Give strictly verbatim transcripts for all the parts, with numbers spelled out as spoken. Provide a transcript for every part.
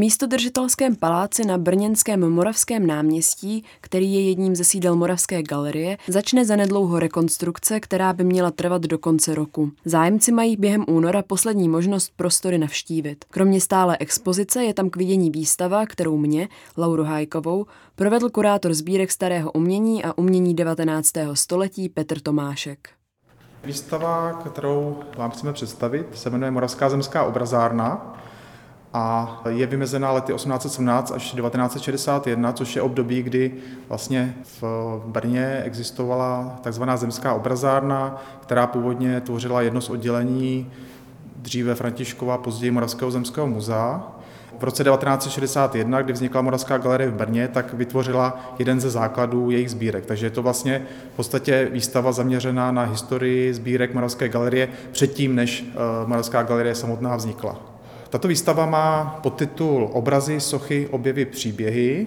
místodržitelském paláci na brněnském Moravském náměstí, který je jedním ze sídel Moravské galerie, začne zanedlouho rekonstrukce, která by měla trvat do konce roku. Zájemci mají během února poslední možnost prostory navštívit. Kromě stálé expozice je tam k vidění výstava, kterou mě, Lauru Hájkovou, provedl kurátor sbírek starého umění a umění devatenáctého století Petr Tomášek. Výstava, kterou vám chceme představit, se jmenuje Moravská zemská obrazárna a je vymezená lety osmnáct set sedmnáct až devatenáct set šedesát jedna, což je období, kdy vlastně v Brně existovala takzvaná zemská obrazárna, která původně tvořila jedno z oddělení dříve Františkova, později Moravského zemského muzea. V roce devatenáct set šedesát jedna, kdy vznikla Moravská galerie v Brně, tak vytvořila jeden ze základů jejich sbírek. Takže je to vlastně v podstatě výstava zaměřená na historii sbírek Moravské galerie předtím, než Moravská galerie samotná vznikla. Tato výstava má podtitul Obrazy, sochy, objevy, příběhy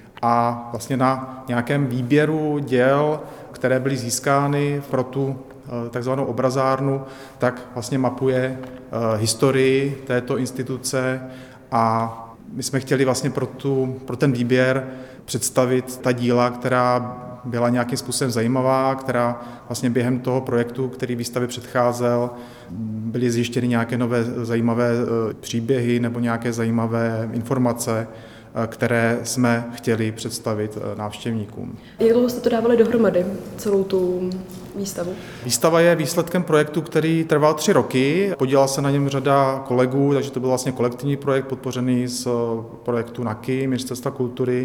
a vlastně na nějakém výběru děl, které byly získány pro tu takzvanou obrazárnu, tak vlastně mapuje historii této instituce. A my jsme chtěli vlastně pro, tu, pro ten výběr představit ta díla, která byla nějakým způsobem zajímavá, která vlastně během toho projektu, který výstavě předcházel, byly zjištěny nějaké nové zajímavé příběhy nebo nějaké zajímavé informace, které jsme chtěli představit návštěvníkům. Jak dlouho jste to dávali dohromady, celou tu výstavu? Výstava je výsledkem projektu, který trval tři roky. Podílela se na něm řada kolegů, takže to byl vlastně kolektivní projekt podpořený z projektu NAKY, Ministerstva kultury,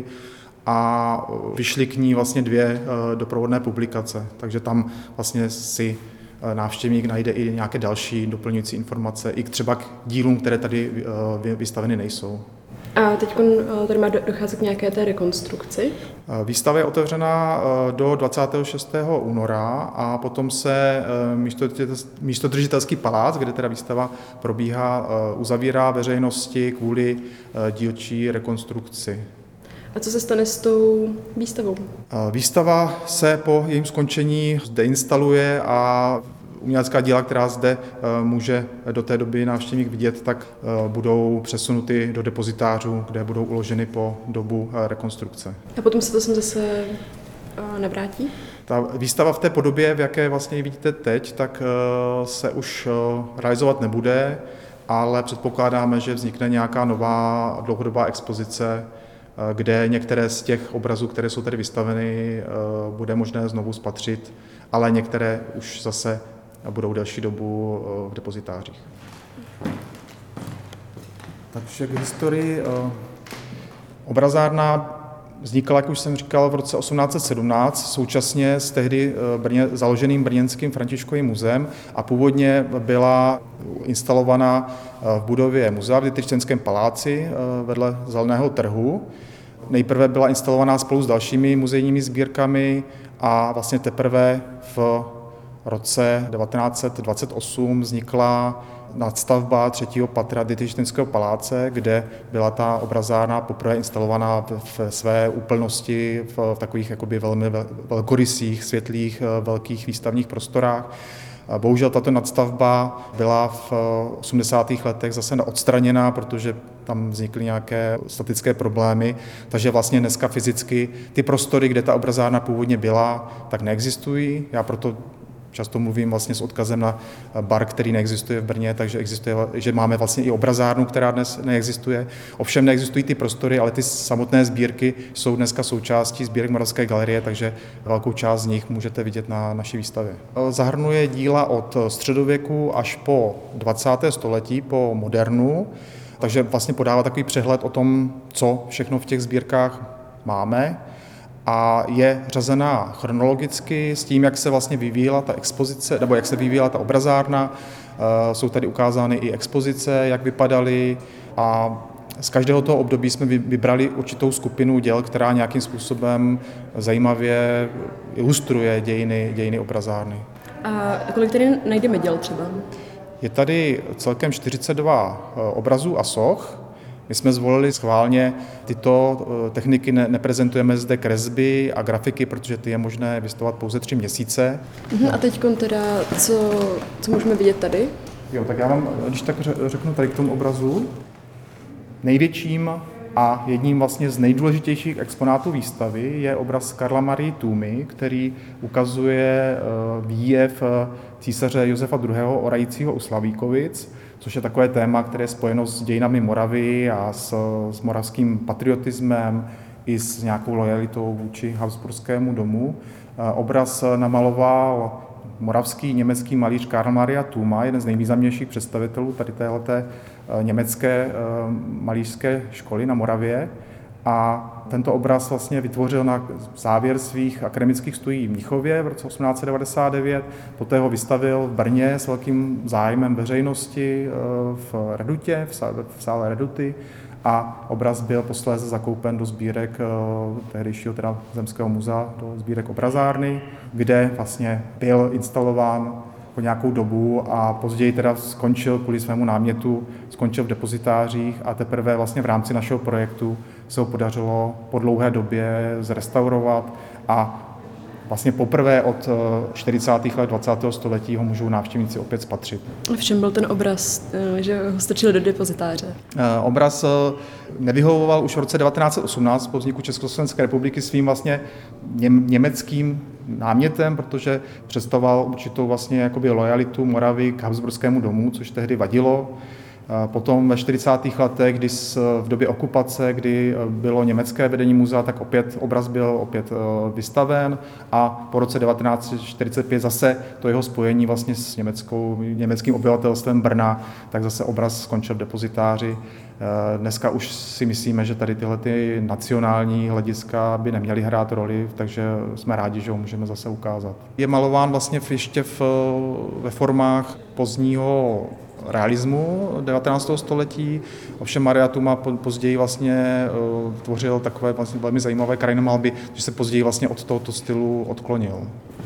a vyšly k ní vlastně dvě doprovodné publikace. Takže tam vlastně si návštěvník najde i nějaké další doplňující informace, i třeba k dílům, které tady vystaveny nejsou. A teď tady má docházet k nějaké té rekonstrukci? Výstava je otevřená do dvacátého šestého února a potom se místodržitelský palác, kde teda výstava probíhá, uzavírá veřejnosti kvůli dílčí rekonstrukci. A co se stane s tou výstavou? Výstava se po jejím skončení deinstaluje a umělecká díla, která zde může do té doby návštěvník vidět, tak budou přesunuty do depozitářů, kde budou uloženy po dobu rekonstrukce. A potom se to sem zase nevrátí? Ta výstava v té podobě, v jaké vlastně ji vidíte teď, tak se už realizovat nebude, ale předpokládáme, že vznikne nějaká nová dlouhodobá expozice, kde některé z těch obrazů, které jsou tady vystaveny, bude možné znovu spatřit, ale některé už zase budou delší dobu v depozitářích. Takže k historii. Obrazárna vznikla, jak už jsem říkal, v roce osmnáct set sedmnáct, současně s tehdy Brně, založeným brněnským Františkovým muzeem a původně byla instalovaná v budově muzea v Dytržcenském paláci vedle Zeleného trhu. Nejprve byla instalovaná spolu s dalšími muzejními sbírkami a vlastně teprve v roce devatenáct set dvacet osm vznikla nadstavba třetího patra Dytržcenského paláce, kde byla ta obrazárna poprvé instalovaná v své úplnosti v takových jakoby velmi velkorysých, světlých, velkých výstavních prostorách. Bohužel tato nadstavba byla v osmdesátých letech zase odstraněná, protože tam vznikly nějaké statické problémy, takže vlastně dneska fyzicky ty prostory, kde ta obrazárna původně byla, tak neexistují. Já proto často mluvím vlastně s odkazem na bar, který neexistuje v Brně, takže existuje, že máme vlastně i obrazárnu, která dnes neexistuje. Ovšem neexistují ty prostory, ale ty samotné sbírky jsou dneska součástí sbírek Moravské galerie, takže velkou část z nich můžete vidět na naší výstavě. Zahrnuje díla od středověku až po dvacáté století, po modernu, takže vlastně podává takový přehled o tom, co všechno v těch sbírkách máme. A je řazená chronologicky s tím, jak se vlastně vyvíjela ta expozice, nebo jak se vyvíjela ta obrazárna. Jsou tady ukázány i expozice, jak vypadaly, a z každého toho období jsme vybrali určitou skupinu děl, která nějakým způsobem zajímavě ilustruje dějiny, dějiny obrazárny. A kolik tady najdeme děl třeba? Je tady celkem čtyřicet dva obrazů a soch. My jsme zvolili schválně tyto techniky, ne, neprezentujeme zde kresby a grafiky, protože ty je možné vystavovat pouze tři měsíce. Uhum, a teď teda, co, co můžeme vidět tady? Jo, tak já vám, když tak řeknu tady k tomu obrazu. Největším a jedním vlastně z nejdůležitějších exponátů výstavy je obraz Karla Marie Tůmy, který ukazuje výjev císaře Josefa druhého. orajícího u Slavíkovic, což je takové téma, které je spojeno s dějinami Moravy a s, s moravským patriotismem i s nějakou lojalitou vůči Habsburskému domu. Obraz namaloval moravský německý malíř Karl Maria Tůma, jeden z nejvýznamnějších představitelů tady téhleté německé malířské školy na Moravě. A tento obraz vlastně vytvořil na závěr svých akademických studií v Mnichově v roce osmnáct set devadesát devět, poté ho vystavil v Brně s velkým zájmem veřejnosti v Redutě, v sále Reduty, a obraz byl posléze zakoupen do sbírek tehdejšího teda Zemského muzea, do sbírek obrazárny, kde vlastně byl instalován po nějakou dobu a později teda skončil kvůli svému námětu, skončil v depozitářích a teprve vlastně v rámci našeho projektu se ho podařilo po dlouhé době zrestaurovat a vlastně poprvé od čtyřicátých let dvacátého století ho můžou návštěvníci opět spatřit. V čem byl ten obraz, že ho strčili do depozitáře? Obraz nevyhovoval už v roce devatenáct set osmnáct po vzniku Československé republiky svým vlastně německým námětem, protože představoval určitou vlastně jakoby lojalitu Moravy k Habsburskému domu, což tehdy vadilo. Potom ve čtyřicátých letech, kdy v době okupace, kdy bylo německé vedení muzea, tak opět obraz byl opět vystaven a po roce devatenáct set čtyřicet pět zase to jeho spojení vlastně s německou, německým obyvatelstvem Brna, tak zase obraz skončil v depozitáři. Dneska už si myslíme, že tady tyhle ty nacionální hlediska by neměly hrát roli, takže jsme rádi, že ho můžeme zase ukázat. Je malován vlastně ještě v, ve formách pozdního realismu devatenáctého století. Ovšem Maria Tůma později vlastně tvořil takové vlastně velmi zajímavé krajinné malby, že se později vlastně od tohoto stylu odklonil.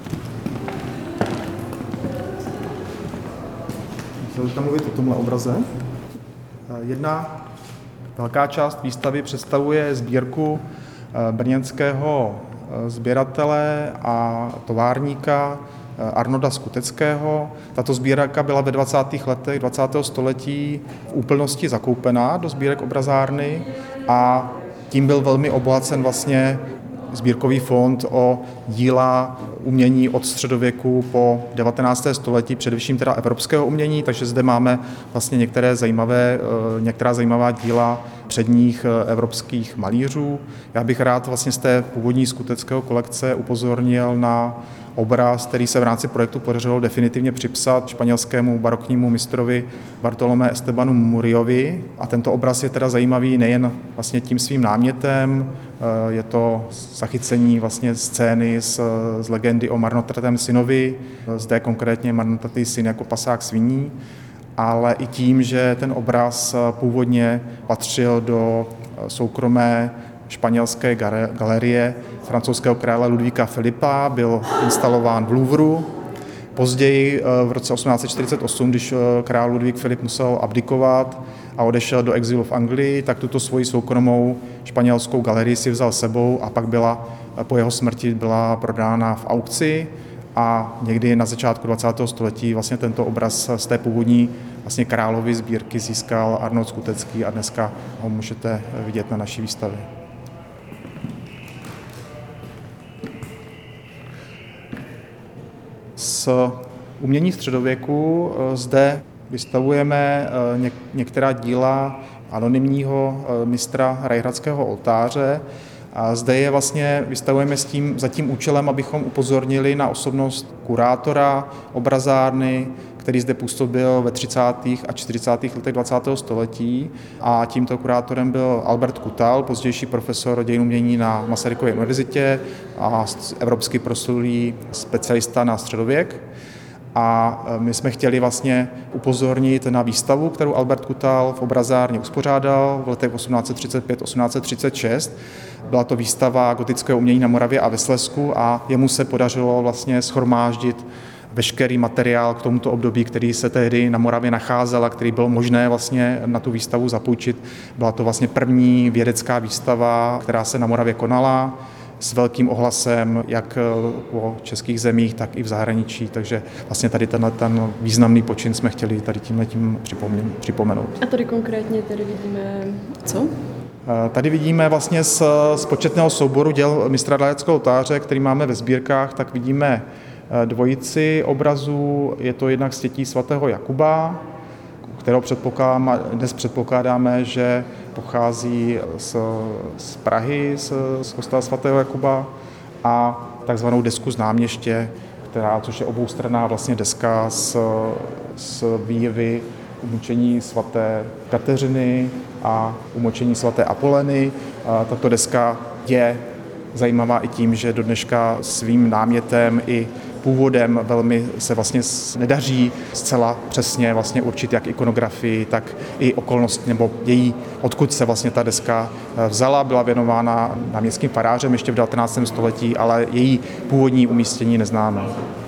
Chtěl bych tam mluvit o tomhle obraze. Jedna velká část výstavy představuje sbírku brněnského sběratele a továrníka Arnolda Skuteckého. Tato sbírka byla ve dvacátých letech dvacátého století v úplnosti zakoupená do sbírek obrazárny a tím byl velmi obohacen vlastně sbírkový fond o díla umění od středověku po devatenácté století, především teda evropského umění, takže zde máme vlastně některé zajímavé, některá zajímavá díla předních evropských malířů. Já bych rád vlastně z té původní Skuteckého kolekce upozornil na obraz, který se v rámci projektu podařilo definitivně připsat španělskému baroknímu mistrovi Bartolomé Estebanu Muriovi. A tento obraz je teda zajímavý nejen vlastně tím svým námětem, je to zachycení vlastně scény z, z legendy o marnotratém synovi, zde konkrétně marnotratý syn jako pasák sviní, ale i tím, že ten obraz původně patřil do soukromé španělské galerie francouzského krále Ludvíka Filipa, byl instalován v Louvru. Později v roce osmnáct set čtyřicet osm, když král Ludvík Filip musel abdikovat a odešel do exilu v Anglii, tak tuto svoji soukromou španělskou galerii si vzal sebou a pak byla po jeho smrti byla prodána v aukci a někdy na začátku dvacátého století vlastně tento obraz z té původní vlastně královy sbírky získal Arnold Skutecký a dneska ho můžete vidět na naší výstavě. Z umění středověku zde vystavujeme některá díla anonymního mistra Rajhradského oltáře. A zde je vlastně vystavujeme s tím, za tím účelem, abychom upozornili na osobnost kurátora obrazárny, který zde působil ve třicátých a čtyřicátých letech dvacátého století. A tímto kurátorem byl Albert Kutal, pozdější profesor dějin umění na Masarykově univerzitě a evropský proslulý specialista na středověk. A my jsme chtěli vlastně upozornit na výstavu, kterou Albert Kutal v obrazárně uspořádal v letech osmnáct set třicet pět osmnáct set třicet šest. Byla to výstava gotického umění na Moravě a ve Slezsku a jemu se podařilo vlastně shromáždit veškerý materiál k tomuto období, který se tehdy na Moravě nacházel a který bylo možné vlastně na tu výstavu zapůjčit. Byla to vlastně první vědecká výstava, která se na Moravě konala. s velkým ohlasem jak po českých zemích, tak i v zahraničí, takže vlastně tady tenhle ten významný počin jsme chtěli tady tímhletím připomenout. A tady konkrétně tady vidíme co? Tady vidíme vlastně z, z početného souboru děl mistra Dalajeckého oltáře, který máme ve sbírkách, tak vidíme dvojici obrazů. Je to jednak stětí svatého Jakuba, kterého předpokládáme, dnes předpokládáme, že pochází z, z Prahy, z, z kostela svatého Jakuba, a takzvanou desku z náměště, která, což je oboustranná vlastně deska s, s výjevy umučení svaté Kateřiny a umučení svaté Apoleny. Tato deska je zajímavá i tím, že do dneška svým námětem i původem velmi se vlastně nedaří zcela přesně vlastně určit jak ikonografii, tak i okolnost, nebo její, odkud se vlastně ta deska vzala, byla věnována náměstským farářem ještě v devatenáctém století, ale její původní umístění neznáme.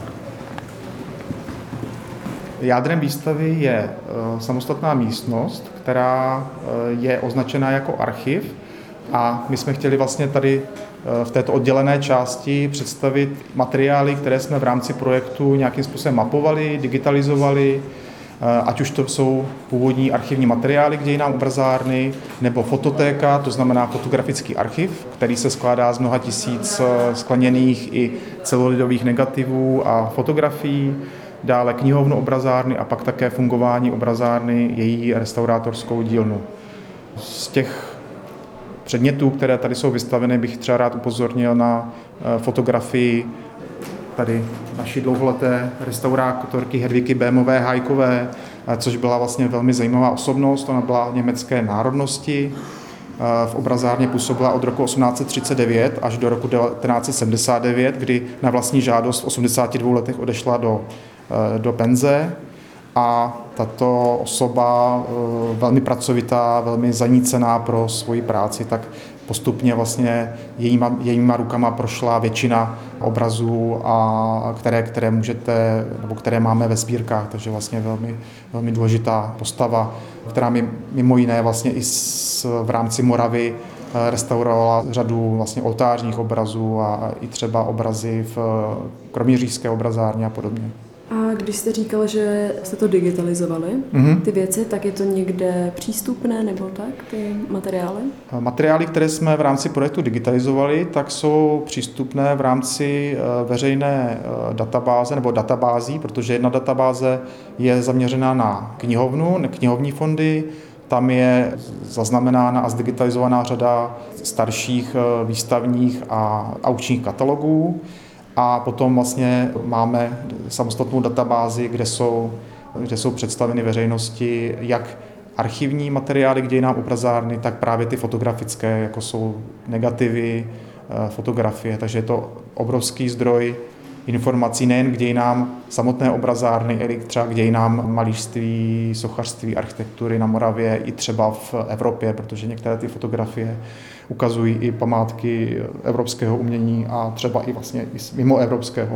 Jádrem výstavy je samostatná místnost, která je označená jako archiv, a my jsme chtěli vlastně tady v této oddělené části představit materiály, které jsme v rámci projektu nějakým způsobem mapovali, digitalizovali, ať už to jsou původní archivní materiály k dějinám obrazárny, nebo fototéka, to znamená fotografický archiv, který se skládá z mnoha tisíc skleněných i celulidových negativů a fotografií, dále knihovnu obrazárny a pak také fungování obrazárny, její restaurátorskou dílnu. Z těch předmětů, které tady jsou vystaveny, bych třeba rád upozornil na fotografii tady naší dlouholeté restaurátorky Hedviky Bémové Hájkové, což byla vlastně velmi zajímavá osobnost. Ona byla německé národnosti. V obrazárně působila od roku osmnáct set třicet devět až do roku devatenáct set sedmdesát devět, kdy na vlastní žádost v osmdesáti dvou letech odešla do, do penze. A tato osoba, velmi pracovitá, velmi zanícená pro svoji práci, tak postupně vlastně jejíma, jejíma rukama prošla většina obrazů, a které, které můžete, nebo které máme ve sbírkách, takže vlastně velmi, velmi důležitá postava, která mi mimo jiné vlastně i s, v rámci Moravy restaurovala řadu vlastně oltářních obrazů a i třeba obrazy v kroměřížské obrazárně a podobně. A když jste říkal, že jste to digitalizovali, mm-hmm. ty věci, tak je to někde přístupné nebo tak, ty materiály? Materiály, které jsme v rámci projektu digitalizovali, tak jsou přístupné v rámci veřejné databáze nebo databází, protože jedna databáze je zaměřená na knihovnu, na knihovní fondy. Tam je zaznamenána a zdigitalizovaná řada starších výstavních a aukčních katalogů. A potom vlastně máme samostatnou databázi, kde jsou, kde jsou představeny veřejnosti jak archivní materiály k dějinám obrazárny, tak právě ty fotografické, jako jsou negativy, fotografie. Takže je to obrovský zdroj informací nejen k dějinám samotné obrazárny, ale třeba k dějinám malířství, sochařství, architektury na Moravě i třeba v Evropě, protože některé ty fotografie ukazují i památky evropského umění a třeba i vlastně i mimo evropského.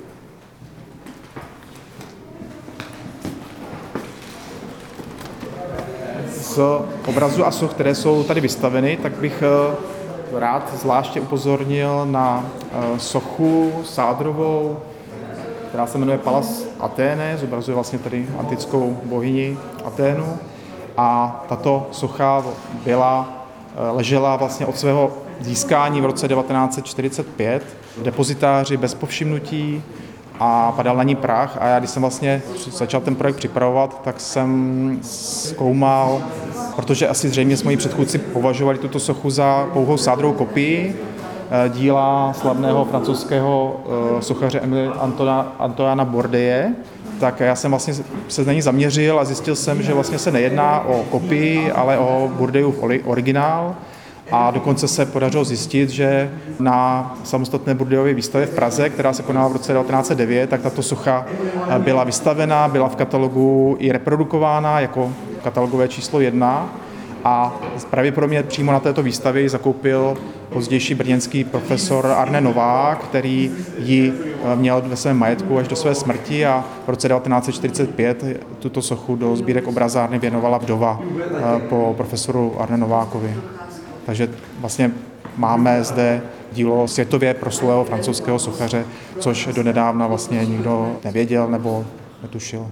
Z obrazů a soch, které jsou tady vystaveny, tak bych rád zvláště upozornil na sochu sádrovou, která se jmenuje Pallas Athéné, zobrazuje vlastně tady antickou bohyni Aténu. A tato socha byla, ležela vlastně od svého získání v roce devatenáct set čtyřicet pět v depozitáři bez povšimnutí a padal na ní prach. A já, když jsem vlastně začal ten projekt připravovat, tak jsem zkoumal, protože asi zřejmě s moji předchůdci považovali tuto sochu za pouhou sádrovou kopii díla slavného francouzského sochaře Antoana Bourdaye, tak já jsem vlastně se na ní zaměřil a zjistil jsem, že vlastně se nejedná o kopii, ale o Bourdayův originál. A dokonce se podařilo zjistit, že na samostatné Bourdayově výstavě v Praze, která se konala v roce devatenáct set devět, tak tato socha byla vystavena, byla v katalogu i reprodukována jako katalogové číslo jedna. A pravděpodobně přímo na této výstavě zakoupil pozdější brněnský profesor Arne Novák, který ji měl ve svém majetku až do své smrti, a v roce devatenáct set čtyřicet pět tuto sochu do sbírek obrazárny věnovala vdova po profesoru Arne Novákovi. Takže vlastně máme zde dílo světově proslulého francouzského sochaře, což donedávna vlastně nikdo nevěděl nebo netušil.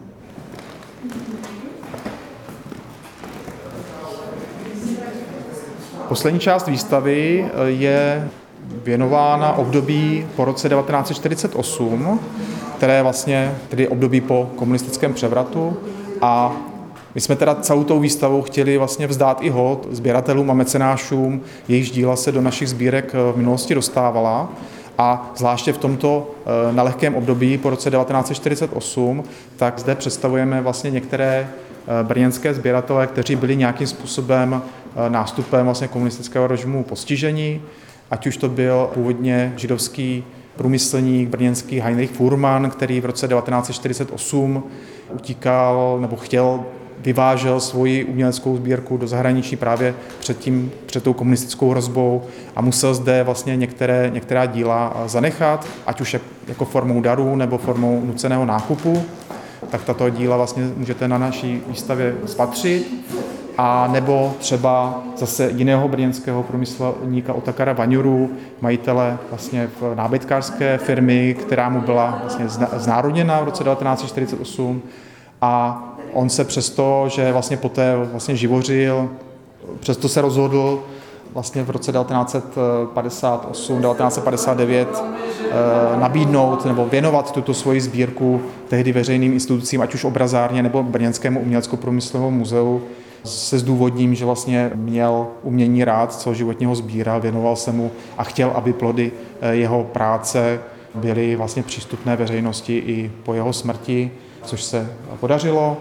Poslední část výstavy je věnována období po roce devatenáct set čtyřicet osm, které je vlastně tedy období po komunistickém převratu, a my jsme teda celou tou výstavou chtěli vlastně vzdát i hod sběratelům a mecenášům, jejichž díla se do našich sbírek v minulosti dostávala. A zvláště v tomto nelehkém období po roce devatenáct set čtyřicet osm, tak zde představujeme vlastně některé brněnské sběratele, kteří byli nějakým způsobem nástupem vlastně komunistického režimu postiženi, ať už to byl původně židovský průmyslník brněnský Heinrich Fuhrmann, který v roce devatenáct set čtyřicet osm utíkal nebo chtěl, vyvážel svoji uměleckou sbírku do zahraničí právě před, tím, před tou komunistickou hrozbou a musel zde vlastně některé, některá díla zanechat, ať už jako formou darů nebo formou nuceného nákupu. Tak tato díla vlastně můžete na naší výstavě spatřit. A nebo třeba zase jiného brněnského průmyslníka Otakara Vaňuru, majitele vlastně v nábytkářské firmy, která mu byla vlastně znárodněna v roce devatenáct set čtyřicet osm, a on se přesto, že vlastně poté vlastně živořil, přesto se rozhodl vlastně v roce devatenáct set padesát osm devatenáct set padesát devět nabídnout nebo věnovat tuto svoji sbírku tehdy veřejným institucím, ať už obrazárně nebo Brněnskému umělecko-průmyslovému muzeu, se zdůvodním, že vlastně měl umění rád, celoživotně ho sbíral, věnoval se mu a chtěl, aby plody jeho práce byly vlastně přístupné veřejnosti i po jeho smrti, což se podařilo.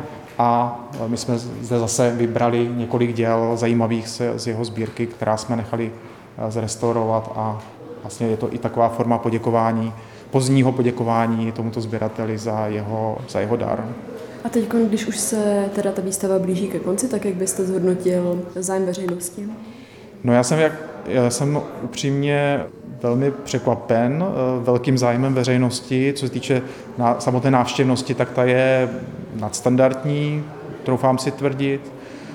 A my jsme zde zase vybrali několik děl zajímavých z jeho sbírky, která jsme nechali zrestaurovat, a vlastně je to i taková forma poděkování, pozdního poděkování tomuto sběrateli za jeho, za jeho dar. A teď, když už se teda ta výstava blíží ke konci, tak jak byste zhodnotil zájem veřejnosti? No já jsem, jak, já jsem upřímně velmi překvapen velkým zájmem veřejnosti. Co se týče na, samotné návštěvnosti, tak ta je nadstandardní, troufám si tvrdit.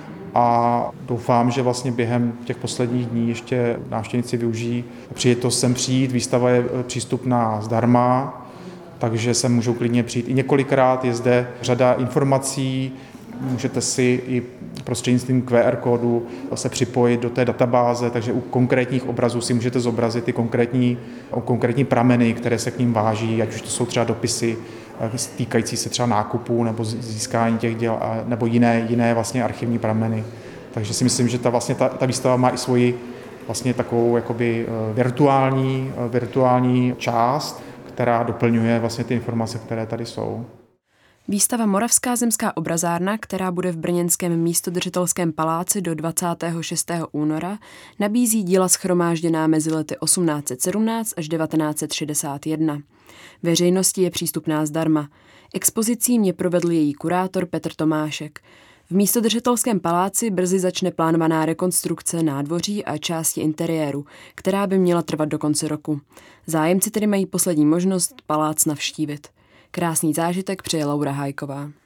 A doufám, že vlastně během těch posledních dní ještě návštěvníci využijí příležitost sem přijít. Výstava je přístupná zdarma, takže se můžou klidně přijít i několikrát. Je zde řada informací, můžete si i prostřednictvím Q R kódu se připojit do té databáze, takže u konkrétních obrazů si můžete zobrazit ty konkrétní, konkrétní prameny, které se k ním váží, ať už to jsou třeba dopisy týkající se třeba nákupu nebo získání těch děl, nebo jiné, jiné vlastně archivní prameny. Takže si myslím, že ta, vlastně ta, ta výstava má i svoji vlastně takovou jakoby virtuální, virtuální část, která doplňuje vlastně ty informace, které tady jsou. Výstava Moravská zemská obrazárna, která bude v brněnském místodržitelském paláci do dvacátého šestého února, nabízí díla shromážděná mezi lety osmnáct set sedmnáct až devatenáct set šedesát jedna. Veřejnosti je přístupná zdarma. Expozicí mě provedl její kurátor Petr Tomášek. V místodržitelském paláci brzy začne plánovaná rekonstrukce nádvoří a části interiéru, která by měla trvat do konce roku. Zájemci tedy mají poslední možnost palác navštívit. Krásný zážitek přeje Laura Hájková.